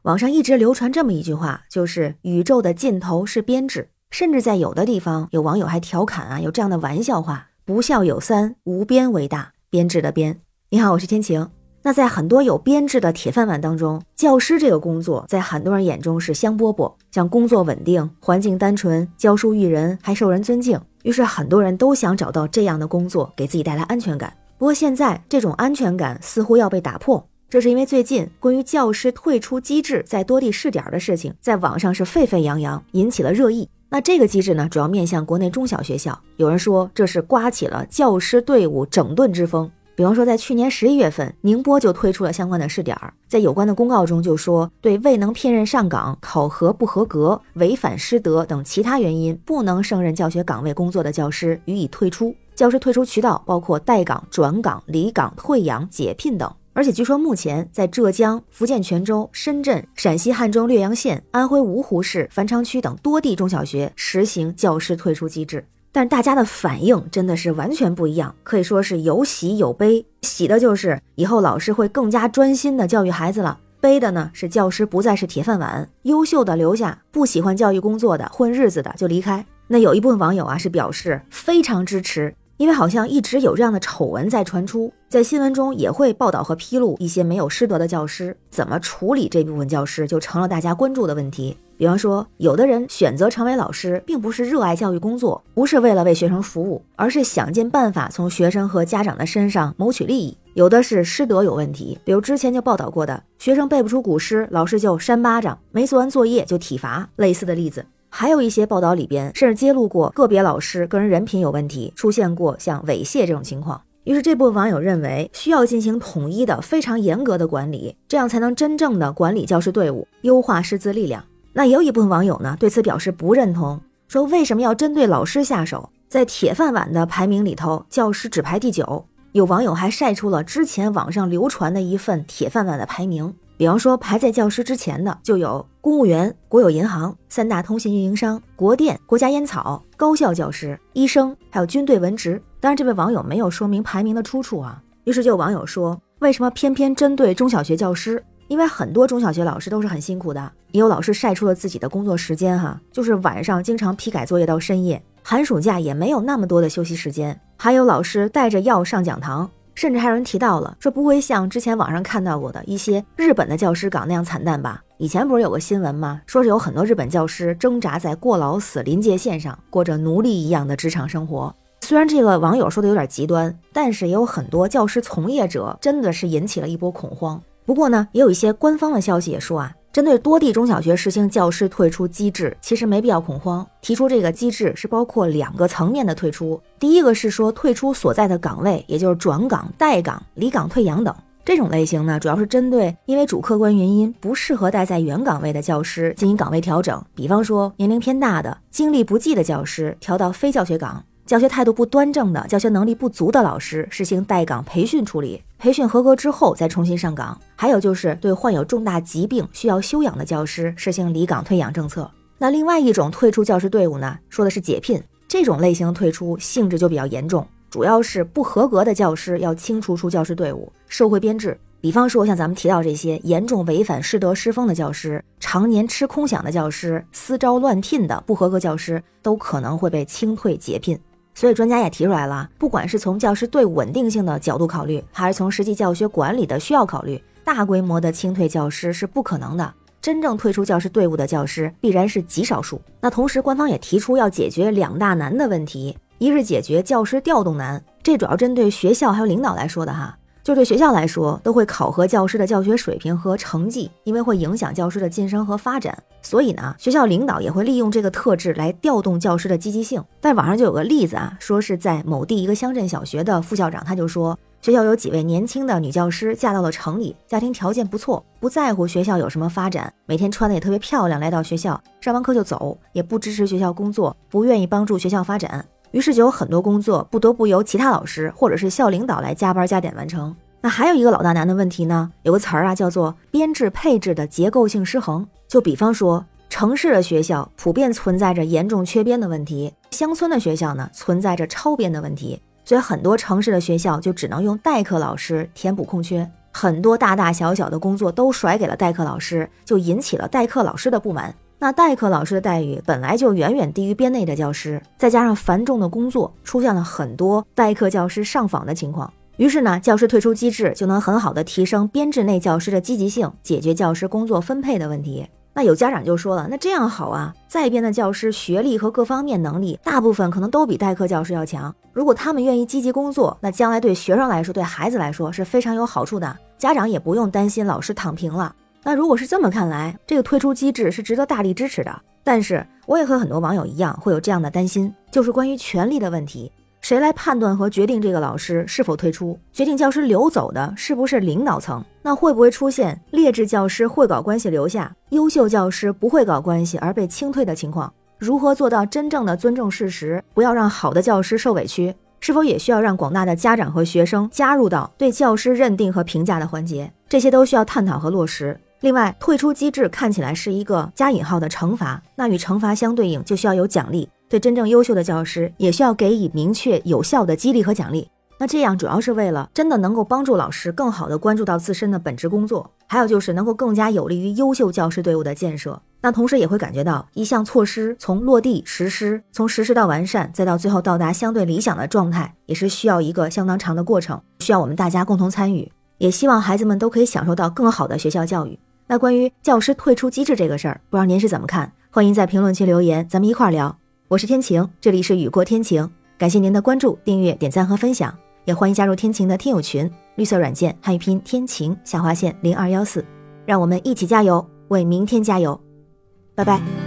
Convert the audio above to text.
网上一直流传这么一句话，就是宇宙的尽头是编制，甚至在有的地方有网友还调侃有这样的玩笑话，不孝有三，无边为大，编制的编。你好，我是天晴。那在很多有编制的铁饭碗当中，教师这个工作在很多人眼中是香饽饽，像工作稳定，环境单纯，教书育人，还受人尊敬，于是很多人都想找到这样的工作，给自己带来安全感。不过现在这种安全感似乎要被打破，这是因为最近关于教师退出机制在多地试点的事情在网上是沸沸扬扬，引起了热议。那这个机制呢，主要面向国内中小学校，有人说这是刮起了教师队伍整顿之风。比方说在去年11月份，宁波就推出了相关的试点，在有关的公告中就说，对未能聘任上岗、考核不合格、违反师德等其他原因不能胜任教学岗位工作的教师予以退出。教师退出渠道包括待岗、转岗、离岗、退养、解聘等。而且据说目前在浙江、福建泉州、深圳、陕西汉中略阳县、安徽芜湖市、繁昌区等多地中小学实行教师退出机制。但是大家的反应真的是完全不一样，可以说是有喜有悲。喜的就是以后老师会更加专心的教育孩子了，悲的呢是教师不再是铁饭碗，优秀的留下，不喜欢教育工作的、混日子的就离开。那有一部分网友是表示非常支持，因为好像一直有这样的丑闻在传出，在新闻中也会报道和披露一些没有师德的教师，怎么处理这部分教师就成了大家关注的问题。比方说，有的人选择成为老师，并不是热爱教育工作，不是为了为学生服务，而是想尽办法从学生和家长的身上谋取利益。有的是师德有问题，比如之前就报道过的，学生背不出古诗，老师就扇巴掌，没做完作业就体罚，类似的例子。还有一些报道里边甚至揭露过个别老师个人人品有问题，出现过像猥亵这种情况。于是这部分网友认为需要进行统一的非常严格的管理，这样才能真正的管理教师队伍，优化师资力量。那也有一部分网友呢对此表示不认同，说为什么要针对老师下手？在铁饭碗的排名里头，教师只排第9。有网友还晒出了之前网上流传的一份铁饭碗的排名，比方说排在教师之前的就有公务员、国有银行、3大通信运营商、国电、国家烟草、高校教师、医生，还有军队文职。当然这位网友没有说明排名的出处于是就有网友说，为什么偏偏针对中小学教师？因为很多中小学老师都是很辛苦的，也有老师晒出了自己的工作时间就是晚上经常批改作业到深夜，寒暑假也没有那么多的休息时间。还有老师带着药上讲堂，甚至还有人提到了说不会像之前网上看到过的一些日本的教师岗那样惨淡吧。以前不是有个新闻吗，说是有很多日本教师挣扎在过劳死临界线上，过着奴隶一样的职场生活。虽然这个网友说的有点极端，但是也有很多教师从业者真的是引起了一波恐慌。不过呢，也有一些官方的消息也说针对多地中小学实行教师退出机制，其实没必要恐慌。提出这个机制是包括2个层面的退出，第一个是说退出所在的岗位，也就是转岗、待岗、离岗、退养等。这种类型呢，主要是针对因为主客观原因不适合待在原岗位的教师进行岗位调整，比方说年龄偏大的、精力不济的教师调到非教学岗，教学态度不端正的、教学能力不足的老师实行待岗培训处理，培训合格之后再重新上岗。还有就是对患有重大疾病需要休养的教师实行离岗退养政策。那另外一种退出教师队伍呢，说的是解聘。这种类型的退出性质就比较严重，主要是不合格的教师要清除出教师队伍，收回编制。比方说像咱们提到这些严重违反师德师风的教师，常年吃空饷的教师，私招乱聘的不合格教师，都可能会被清退解聘。所以专家也提出来了，不管是从教师队伍稳定性的角度考虑，还是从实际教学管理的需要考虑，大规模的清退教师是不可能的。真正退出教师队伍的教师必然是极少数。那同时官方也提出要解决2大难的问题，一是解决教师调动难，这主要针对学校还有领导来说的就对学校来说，都会考核教师的教学水平和成绩，因为会影响教师的晋升和发展。所以呢，学校领导也会利用这个特质来调动教师的积极性。但网上就有个例子说是在某地一个乡镇小学的副校长，他就说学校有几位年轻的女教师嫁到了城里，家庭条件不错，不在乎学校有什么发展，每天穿的也特别漂亮，来到学校上完课就走，也不支持学校工作，不愿意帮助学校发展。于是就有很多工作不得不由其他老师或者是校领导来加班加点完成。那还有一个老大难的问题呢，有个词儿叫做编制配置的结构性失衡。就比方说城市的学校普遍存在着严重缺编的问题，乡村的学校呢存在着超编的问题，所以很多城市的学校就只能用代课老师填补空缺。 很多大大小小的工作都甩给了代课老师，就引起了代课老师的不满。那代课老师的待遇本来就远远低于编内的教师，再加上繁重的工作，出现了很多代课教师上访的情况。于是呢，教师退出机制就能很好的提升编制内教师的积极性，解决教师工作分配的问题。那有家长就说了，那这样好啊，在编的教师学历和各方面能力大部分可能都比代课教师要强，如果他们愿意积极工作，那将来对学生来说，对孩子来说是非常有好处的，家长也不用担心老师躺平了。那如果是这么看来，这个退出机制是值得大力支持的。但是我也和很多网友一样会有这样的担心，就是关于权力的问题。谁来判断和决定这个老师是否退出？决定教师流走的是不是领导层？那会不会出现劣质教师会稿关系留下，优秀教师不会稿关系而被清退的情况？如何做到真正的尊重事实，不要让好的教师受委屈？是否也需要让广大的家长和学生加入到对教师认定和评价的环节？这些都需要探讨和落实。另外，退出机制看起来是一个加引号的惩罚，那与惩罚相对应就需要有奖励，对真正优秀的教师也需要给予明确有效的激励和奖励。那这样主要是为了真的能够帮助老师更好地关注到自身的本职工作，还有就是能够更加有利于优秀教师队伍的建设。那同时也会感觉到一项措施从落地实施，从实施到完善，再到最后到达相对理想的状态，也是需要一个相当长的过程，需要我们大家共同参与。也希望孩子们都可以享受到更好的学校教育。那关于教师退出机制这个事儿，不知道您是怎么看？欢迎在评论区留言，咱们一块儿聊。我是天晴，这里是雨过天晴，感谢您的关注、订阅、点赞和分享，也欢迎加入天晴的听友群，绿色软件汉语拼天晴下划线0214，让我们一起加油，为明天加油，拜拜。